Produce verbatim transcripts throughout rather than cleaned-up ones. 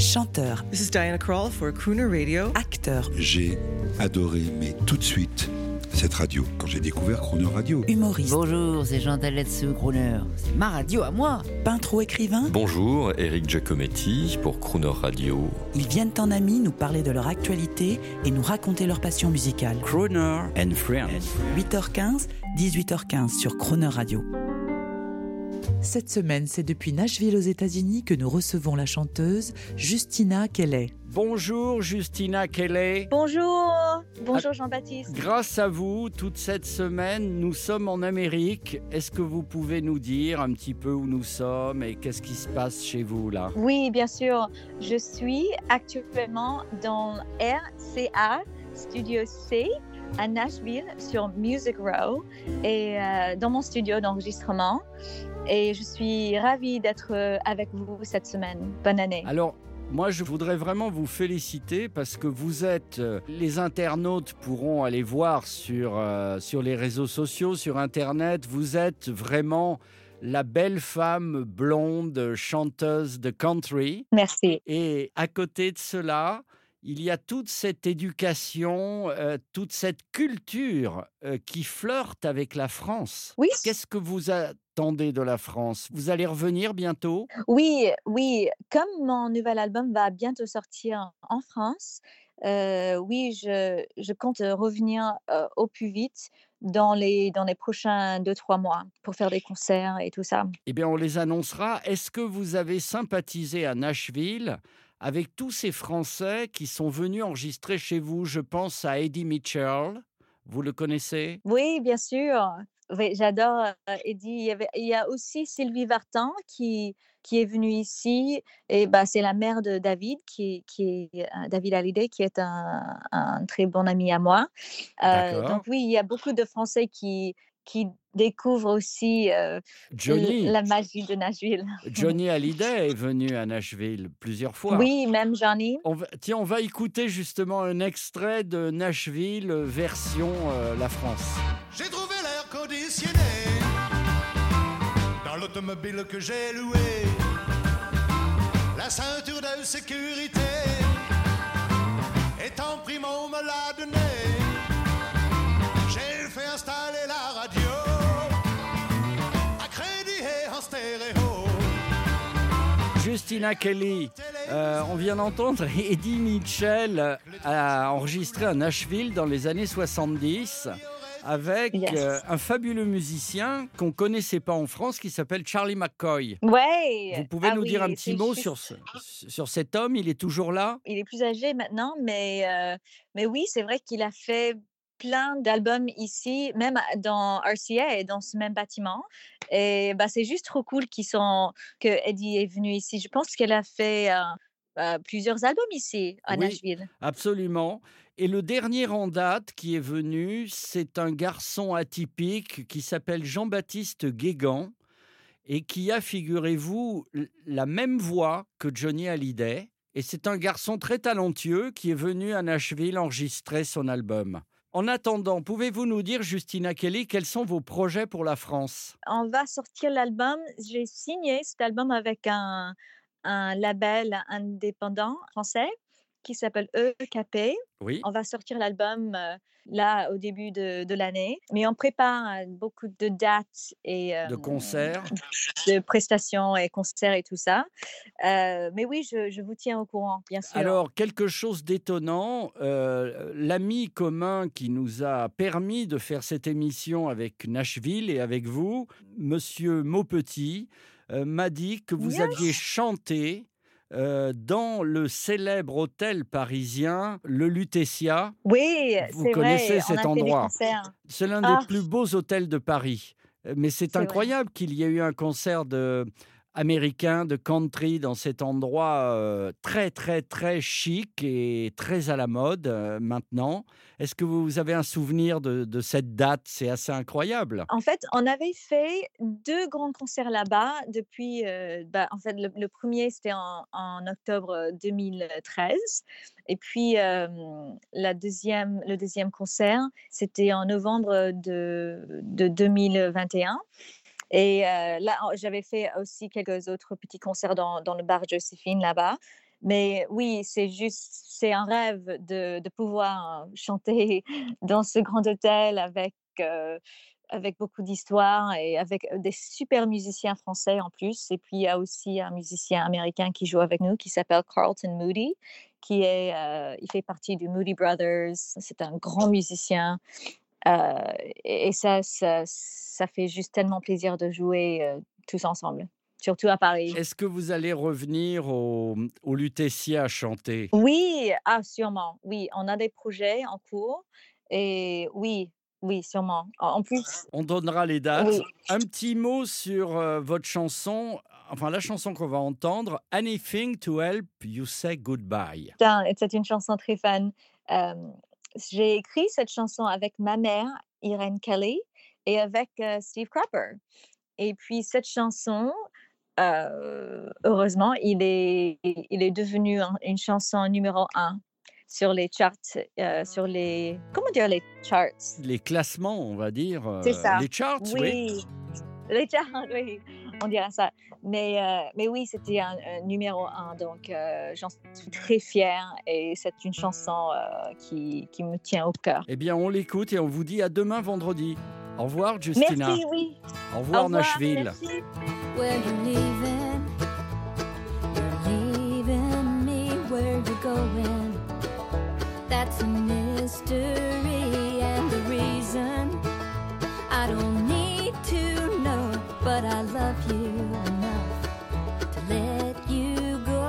Chanteur. This is Diana Krall for Crooner Radio. Acteur. J'ai adoré, mais tout de suite, cette radio, quand j'ai découvert Crooner Radio. Humoriste. Bonjour, c'est Jean Taletsu, Crooner. C'est ma radio à moi. Peintre ou écrivain. Bonjour, Eric Giacometti pour Crooner Radio. Ils viennent en amis nous parler de leur actualité et nous raconter leur passion musicale. Crooner and Friends. huit heures quinze, dix-huit heures quinze sur Crooner Radio. Cette semaine, c'est depuis Nashville aux États-Unis que nous recevons la chanteuse Justina Kelly. Bonjour Justina Kelly. Bonjour, bonjour Jean-Baptiste. Grâce à vous, toute cette semaine, nous sommes en Amérique. Est-ce que vous pouvez nous dire un petit peu où nous sommes et qu'est-ce qui se passe chez vous là? Oui, bien sûr. Je suis actuellement dans R C A, Studio C, à Nashville, sur Music Row, et euh, dans mon studio d'enregistrement. Et je suis ravie d'être avec vous cette semaine. Bonne année. Alors, moi, je voudrais vraiment vous féliciter parce que vous êtes, euh, les internautes pourront aller voir sur, euh, sur les réseaux sociaux, sur Internet, vous êtes vraiment la belle femme blonde chanteuse de country. Merci. Et à côté de cela, il y a toute cette éducation, euh, toute cette culture euh, qui flirte avec la France. Oui. Qu'est-ce que vous attendez de la France? Vous allez revenir bientôt? Oui, oui. Comme mon nouvel album va bientôt sortir en France, euh, oui, je, je compte revenir euh, au plus vite dans les, dans les prochains deux trois mois pour faire des concerts et tout ça. Eh bien, on les annoncera. Est-ce que vous avez sympathisé à Nashville avec tous ces Français qui sont venus enregistrer chez vous? Je pense à Eddie Mitchell. Vous le connaissez? Oui, bien sûr. Oui, j'adore euh, Eddie. Il y avait, il y a aussi Sylvie Vartan qui, qui est venue ici. Et bah, c'est la mère de David, qui, qui est euh, David Hallyday, qui est un, un très bon ami à moi. Euh, donc oui, il y a beaucoup de Français qui, qui découvrent aussi euh, Johnny. la magie de Nashville. Johnny Hallyday est venu à Nashville plusieurs fois. Oui, même Johnny. On va, tiens, on va écouter justement un extrait de Nashville version euh, la France. J'ai trouvé l'air conditionné dans l'automobile que j'ai loué, la ceinture de sécurité étant pris, on me l'a donné. J'ai fait installer la radio à crédit et en stéréo. Justina Kelly, euh, on vient d'entendre Eddie Mitchell a enregistré à Nashville dans les années soixante-dix avec Yes. euh, un fabuleux musicien qu'on ne connaissait pas en France qui s'appelle Charlie McCoy. Ouais. Vous pouvez Ah nous oui, dire un petit c'est mot juste- sur, ce- sur cet homme? Il est toujours là? Il est plus âgé maintenant, mais, euh, mais oui, c'est vrai qu'il a fait plein d'albums ici, même dans R C A et dans ce même bâtiment. Et bah, c'est juste trop cool qu'ils sont, que Eddie est venu ici. Je pense qu'elle a fait euh, euh, plusieurs albums ici, à Oui. Nashville. Absolument. Et le dernier en date qui est venu, c'est un garçon atypique qui s'appelle Jean-Baptiste Guégan et qui a, figurez-vous, l- la même voix que Johnny Hallyday. Et c'est un garçon très talentueux qui est venu à Nashville enregistrer son album. En attendant, pouvez-vous nous dire, Justina Kelly, quels sont vos projets pour la France? On va sortir l'album. J'ai signé cet album avec un, un label indépendant français qui s'appelle E K P. Oui. On va sortir l'album euh, là au début de, de l'année, mais on prépare euh, beaucoup de dates et euh, De concerts? de prestations et concerts et tout ça. Euh, mais oui, je, je vous tiens au courant, bien sûr. Alors, quelque chose d'étonnant, euh, l'ami commun qui nous a permis de faire cette émission avec Nashville et avec vous, Monsieur Maupetit, euh, m'a dit que vous Yes. aviez chanté euh, dans le célèbre hôtel parisien, le Lutetia. Oui, Vous c'est connaissez vrai. cet on a fait des endroit. concerts. C'est l'un Ah. des plus beaux hôtels de Paris. Euh, Mais c'est C'est vrai. incroyable qu'il y ait eu un concert de américain de country dans cet endroit euh, très très très chic et très à la mode euh, maintenant. Est-ce que vous avez un souvenir de, de cette date? C'est assez incroyable. En fait, on avait fait deux grands concerts là-bas depuis. euh, bah, en fait, le, le premier c'était en, en octobre deux mille treize, et puis euh, la deuxième, le deuxième concert c'était en novembre de, de deux mille vingt et un. Et euh, là, j'avais fait aussi quelques autres petits concerts dans, dans le bar Joséphine là-bas. Mais oui, c'est juste, c'est un rêve de, de pouvoir chanter dans ce grand hôtel avec, euh, avec beaucoup d'histoire et avec des super musiciens français en plus. Et puis, il y a aussi un musicien américain qui joue avec nous qui s'appelle Carlton Moody, qui est, euh, il fait partie du Moody Brothers. C'est un grand musicien. Euh, et, et ça, ça, ça fait juste tellement plaisir de jouer euh, tous ensemble. Surtout à Paris. Est-ce que vous allez revenir au, au Lutetia chanter? Oui, ah, sûrement. Oui, on a des projets en cours et oui, oui, sûrement. En en plus, On donnera les dates. oui, Un petit mot sur euh, votre chanson, enfin la chanson qu'on va entendre, Anything to Help You Say Goodbye. c'est un- c'est une chanson très fun. Euh, j'ai écrit cette chanson avec ma mère, Irene Kelly, et avec euh, Steve Cropper. Et puis cette chanson, euh, heureusement, il est, il est devenu un- une chanson numéro un sur les charts, euh, sur les, comment dire les charts? Les classements, on va dire. euh, C'est ça. Les charts, oui. Oui, les charts, oui, on dirait ça. Mais, euh, mais oui, c'était un, un numéro un, donc euh, j'en suis très fière et c'est une chanson euh, qui, qui me tient au cœur. Eh bien, on l'écoute et on vous dit à demain vendredi. Au revoir, Justina. Merci, oui. Au Au revoir, revoir, Nashville. merci. Where you're leaving, you're leaving me. Where you're going, that's a mystery, and the reason I don't need to know, but I love you enough to let you go.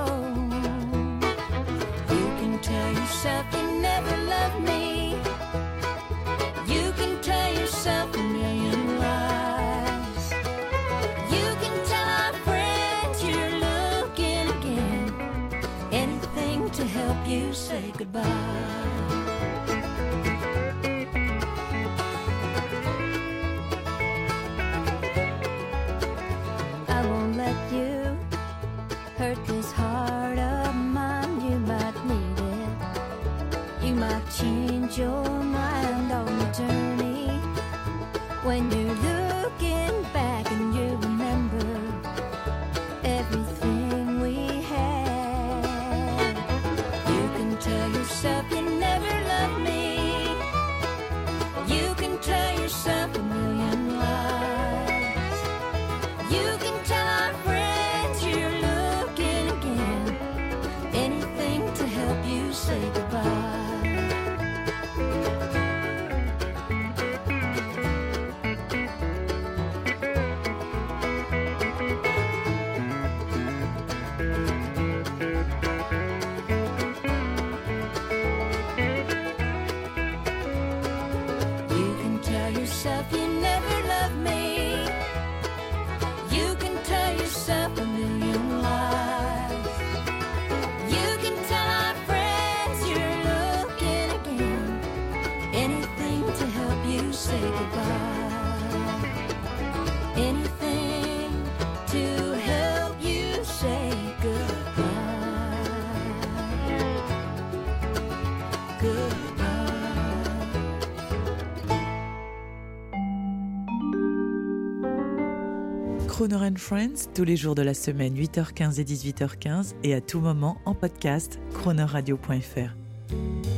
You can tell yourself you never loved me. You can tell yourself a million lies. You can tell our friends you're looking again. Anything to help you say goodbye. I won't let you hurt this heart of mine. You might need it. You might change your mind on the journey. When you're looking back and you remember everything we had. You can tell yourself you never loved me. You can tell yourself a million lies. You can tell our friends you're looking again. Anything to help you say goodbye. You can tell yourself you never loved me. You can tell yourself a million lies. You can tell our friends you're looking again. Anything to help you say goodbye. Anything to help you say goodbye. Goodbye. Crooner and Friends, tous les jours de la semaine, huit heures quinze et dix-huit heures quinze, et à tout moment en podcast, crooner radio point f r.